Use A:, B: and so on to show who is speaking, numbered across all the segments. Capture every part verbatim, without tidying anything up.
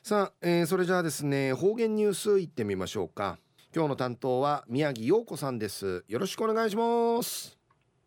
A: さあ、えーそれじゃあですね、方言ニュースいってみましょうか。今日の担当は宮城陽子さんです。よろしくお願いします。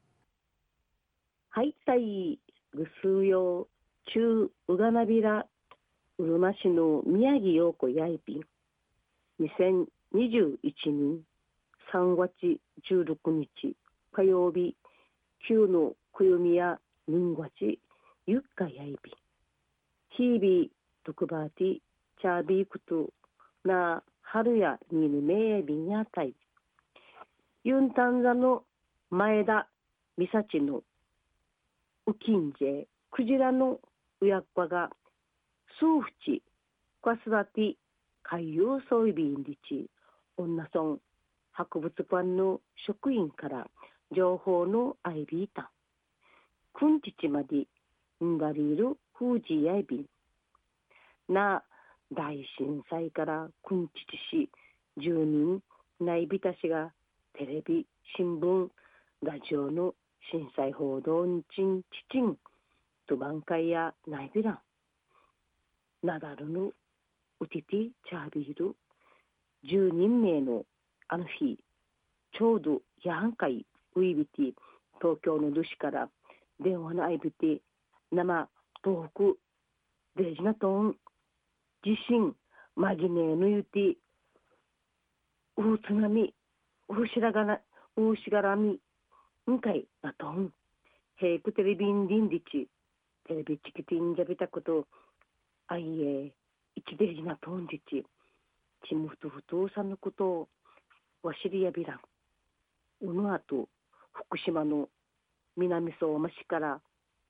B: はいたいぐすうよう中うがなびらうるま市の宮城陽子やいびんにせんにじゅういちねんさんがつじゅうろくにち火曜日旧のくゆみやにんがちゆっかやいびんヒービー特バーティチャービークトな春やにぬめやびんやたいユンタンザの前田美咲のウキンジェクジラのうやっぱが数淵子育て海洋ソイビンリチ女村博物館の職員から情報のアイビータくんちちまでんだりいるフージやいびんな大震災からくんちちし住人ないびたしがテレビ新聞ラジオの震災報道にちんちちんとばんかいやないびらんなだるぬうててチャービールじゅうにんめいのあの日ちょうどやはんかいウイビティ東京の主から電話のあいびて生東北デジナトン地震マギネーのゆてう津波うしらがなうしがらみんかいなとんヘイクテレビンディンディチテレビチキティンジャビタクトあいえ一デジナトンジチチムフトフトさんのことをわしりやびらんうのあと福島の南相馬市から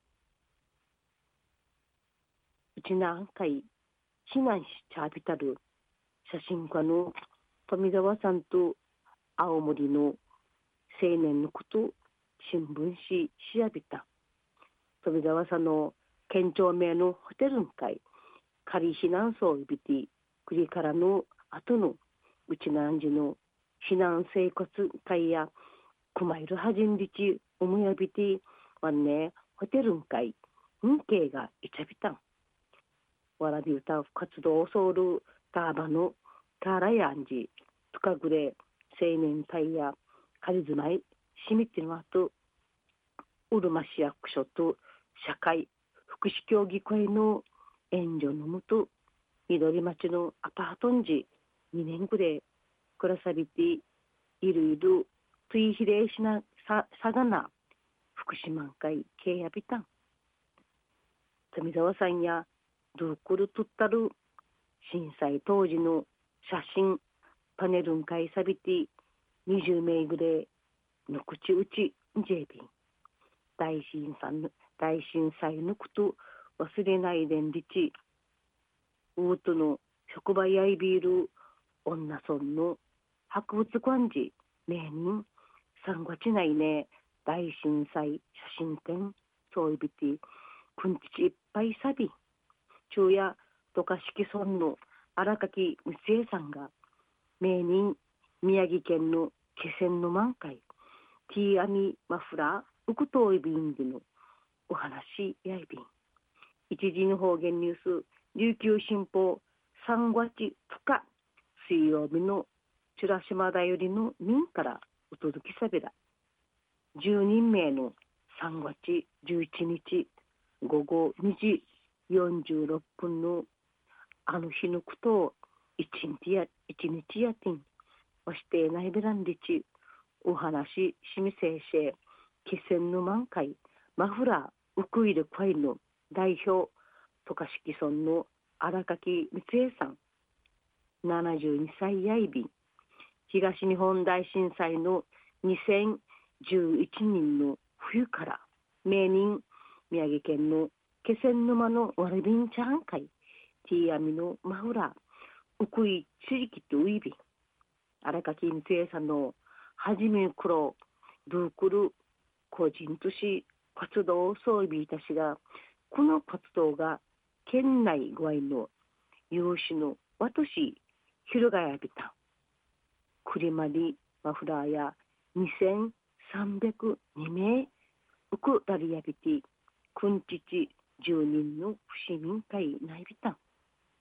B: うちなんかい避難しちゃびたる写真家の富澤さんと青森の青年のこと新聞紙しやびた富澤さんの県庁名のホテルんかい仮避難所をびてくりからの後のうちなんじの避難生活会やくまいるはじんりちおむやびてわんねホテルんかい運慶がいちゃびたんわらび歌う活動をソウルターバのカーラヤンジトカグレ青年隊や仮住まいしみってのあとうるま市役所と社会福祉協議会の援助のもと緑町のアパートンジにねんぐで暮らさびているいるついひれしなささがな福島会ケやびたん富澤さんやドゥークルトゥッタル震災当時の写真パネルン会さびてにじゅうめいぐでのくちうちんじえびん大震災の大震災のこと忘れないでんりちウートの職場やいビール女村の博物館寺名人三月内ね大震災写真展そういびてくんちちいっぱいさび昼夜渡嘉敷村の荒垣光恵さんが名人宮城県の気仙の満開ティーアミマフラーウクトイビンでのお話やいびん一時の方言ニュース琉球新報さんがつつか水曜日の美ら島田よりの民からお届けさびらじゅうにんめいのさんがつじゅういちにちごごにじよんじゅうろっぷんのあの日のことを一日や一日やってんわしてないべらんでちお話しみせいしえ気仙の満開マフラーウクイル会の代表渡嘉敷村の荒垣光恵さんななじゅうにさいやいびん東日本大震災のにせんじゅういちねんの冬から名人宮城県の気仙沼のワルビンチャン会ティーアミのマフラーウクイチリキとウイビン荒垣光恵さんのはじめくろドゥークル個人とし活動を装備いたしがこの活動が県内具合の有志のわとし広がやびたクリマリマフラーやにせんさんびゃくにめいウクラリアビティくんちちじゅうにんの不市民会内ビタン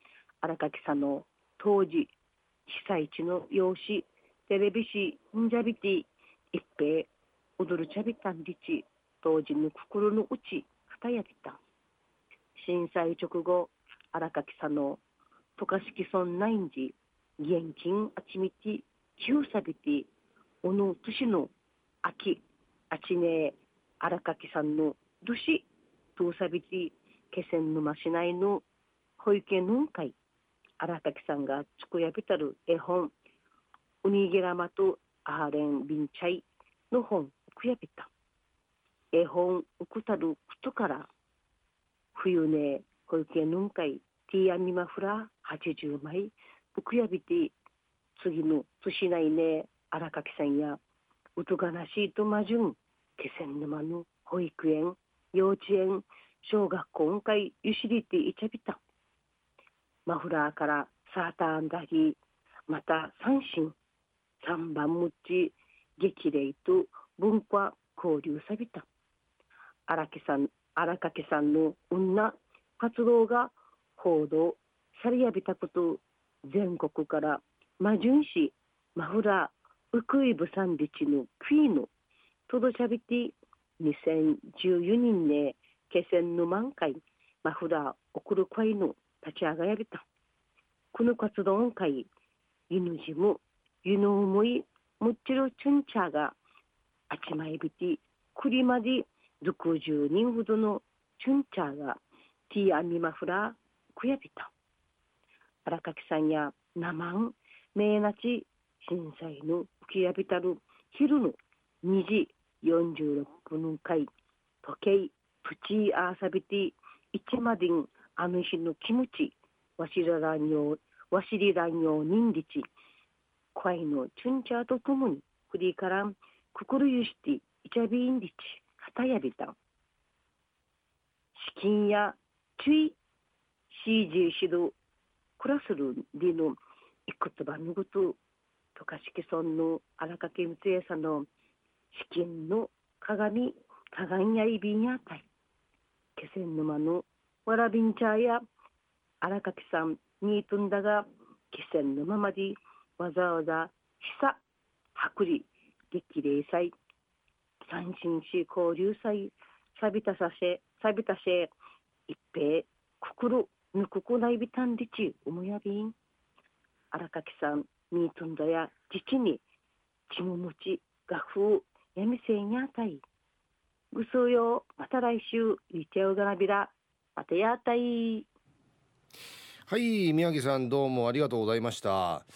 B: 荒垣さんの当時被災地の様子テレビしんじゃびて一平踊るちゃびたんりち当時の心のうち片やびた震災直後荒垣さんの渡嘉敷村内時現金あちみて旧さびておの年の秋あちね荒垣さんの年とさびて気仙沼市内の保育園の会荒垣さんがつくやびたる絵本ウニゲラマとアーレンビンチャイの本くやびた絵本うくたることから冬ね保育園の会ティアミマフラはちじゅうまいうくやびて次の年内ね荒垣さんやうとがなしいとまじゅん気仙沼の保育園幼稚園小学校会ゆしりていちゃびたマフラーからサーターアンダギーまた三振三番ムッチ激励と文化交流さびた荒木さん荒掛さんの女活動が報道されやびたこと全国からマジュン市マフラーウクイブサンリチのクイーのトドシャビティにせんじゅうよにんね気仙沼会マフラー送る会の立ち上がやびたこの活動会ユヌジムユノウムイムッチロチュンチャーがあちまいびてクリマディろくじゅうにんほどのチュンチャーがティーアミマフラーくやびた荒垣さんやナマンメーナチ震災のきやびたる昼のにじよんじゅうろっぷん会時計プチアーサビティいちまでんあの日の気持ちわしららんようわしりらんよう人日恋のチュンチャーとともにフリーからんくくるゆしてイチャビンリチ片やびた資金や注意 シージー 指導クラスルでのいくつばみごと渡嘉敷村の荒掛光恵さんの資金の鏡鏡やいびんやたい気仙沼のわらびんちゃや荒掛さんにとんだが気仙沼までわざわざ久薄利激励祭三振市交流祭さびたさせさびたせ一平くくるぬくくないびたんりちおもやびん荒垣さんにとんだや父にちむむちがふうやみせんやたいぐすよまた来週いちゃうがなびらまたやたい
A: はい、宮城さんどうもありがとうございました。